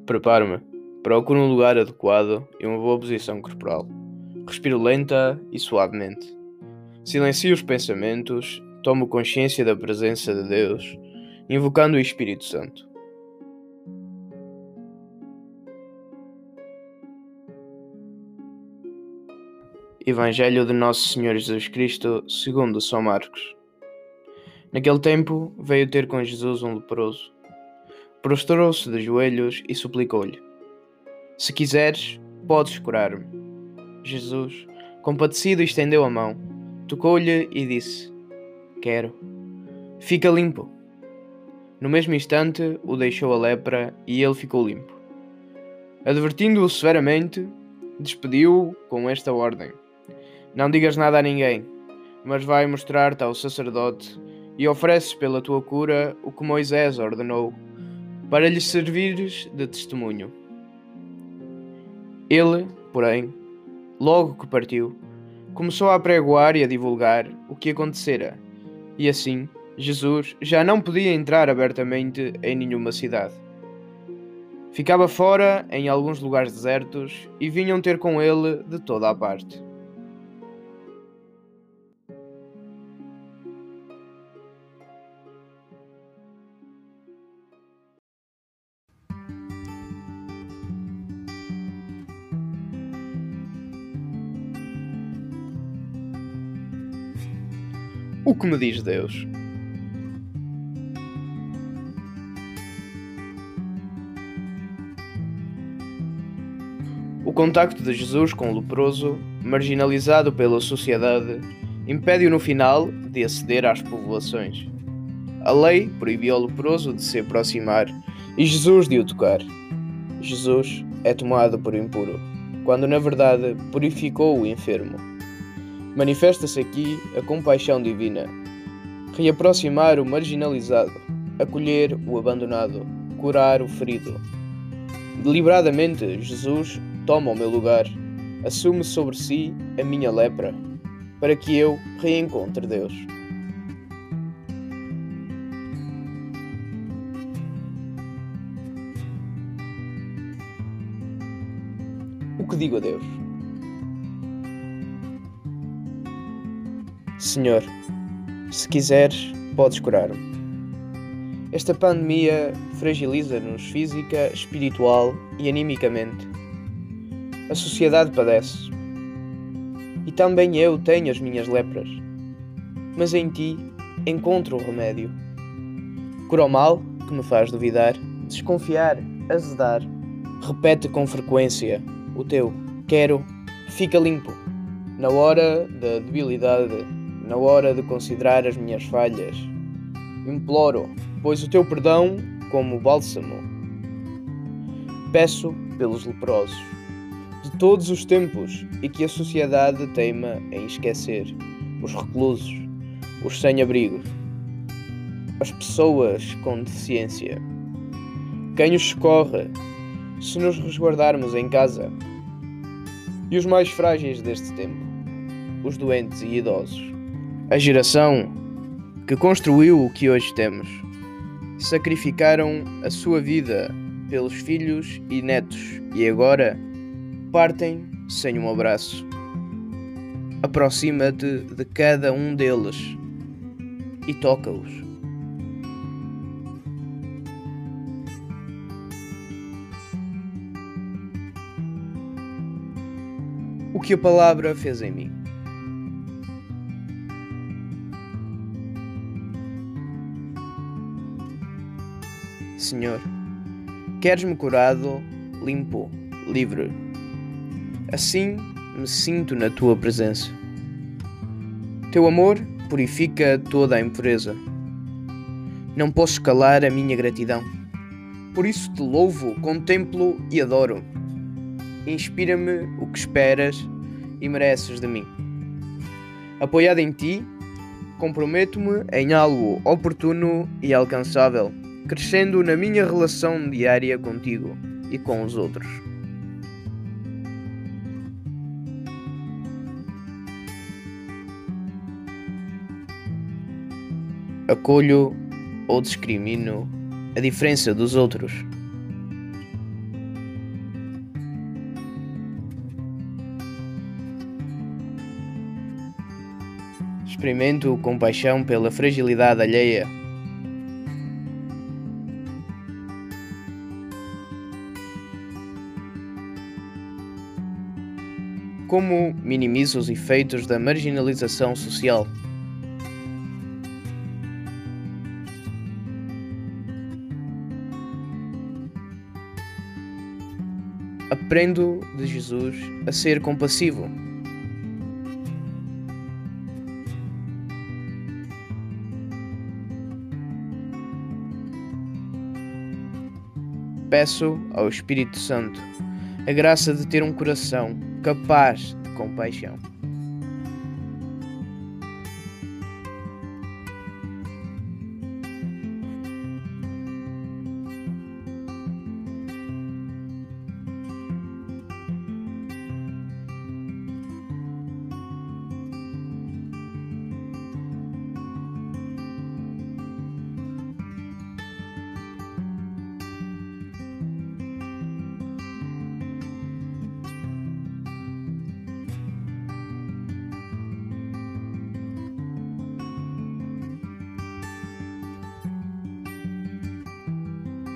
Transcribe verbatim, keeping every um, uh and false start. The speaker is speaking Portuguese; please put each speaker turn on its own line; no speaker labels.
Preparo-me. Procuro um lugar adequado e uma boa posição corporal. Respiro lenta e suavemente. Silencio os pensamentos, tomo consciência da presença de Deus, invocando o Espírito Santo. Evangelho de Nosso Senhor Jesus Cristo, segundo São Marcos. Naquele tempo, veio ter com Jesus um leproso. Prostrou-se de joelhos e suplicou-lhe: Se quiseres, podes curar-me. Jesus, compadecido, estendeu a mão, tocou-lhe e disse: Quero. Fica limpo. No mesmo instante, o deixou a lepra e ele ficou limpo. Advertindo-o severamente, despediu-o com esta ordem: Não digas nada a ninguém, mas vai mostrar-te ao sacerdote e ofereces pela tua cura o que Moisés ordenou, para lhe servires de testemunho. Ele, porém, logo que partiu, começou a apregoar e a divulgar o que acontecera, e assim Jesus já não podia entrar abertamente em nenhuma cidade. Ficava fora em alguns lugares desertos e vinham ter com ele de toda a parte. O que me diz Deus? O contacto de Jesus com o leproso, marginalizado pela sociedade, impede-o no final de aceder às povoações. A lei proibiu ao leproso de se aproximar e Jesus de o tocar. Jesus é tomado por impuro, quando na verdade purificou o enfermo. Manifesta-se aqui a compaixão divina. Reaproximar o marginalizado, acolher o abandonado, curar o ferido. Deliberadamente, Jesus toma o meu lugar, assume sobre si a minha lepra, para que eu reencontre Deus. O que digo a Deus? Senhor, se quiseres, podes curar-me. Esta pandemia fragiliza-nos física, espiritual e animicamente. A sociedade padece. E também eu tenho as minhas lepras. Mas em ti encontro o remédio. Cura o mal que me faz duvidar, desconfiar, azedar. Repete com frequência o teu quero, fica limpo. Na hora da debilidade, na hora de considerar as minhas falhas, imploro, pois o teu perdão como bálsamo. Peço pelos leprosos, de todos os tempos e que a sociedade teima em esquecer, os reclusos, os sem-abrigo, as pessoas com deficiência. Quem os socorre, se nos resguardarmos em casa, e os mais frágeis deste tempo, os doentes e idosos. A geração que construiu o que hoje temos, sacrificaram a sua vida pelos filhos e netos e agora partem sem um abraço. Aproxima-te de cada um deles e toca-os. O que a palavra fez em mim. Senhor, queres-me curado, limpo, livre. Assim me sinto na tua presença. Teu amor purifica toda a impureza. Não posso calar a minha gratidão. Por isso te louvo, contemplo e adoro. Inspira-me o que esperas e mereces de mim. Apoiado em ti, comprometo-me em algo oportuno e alcançável, crescendo na minha relação diária contigo e com os outros. Acolho ou discrimino a diferença dos outros. Experimento compaixão pela fragilidade alheia. Como minimizo os efeitos da marginalização social. Aprendo de Jesus a ser compassivo. Peço ao Espírito Santo a graça de ter um coração capaz de compaixão.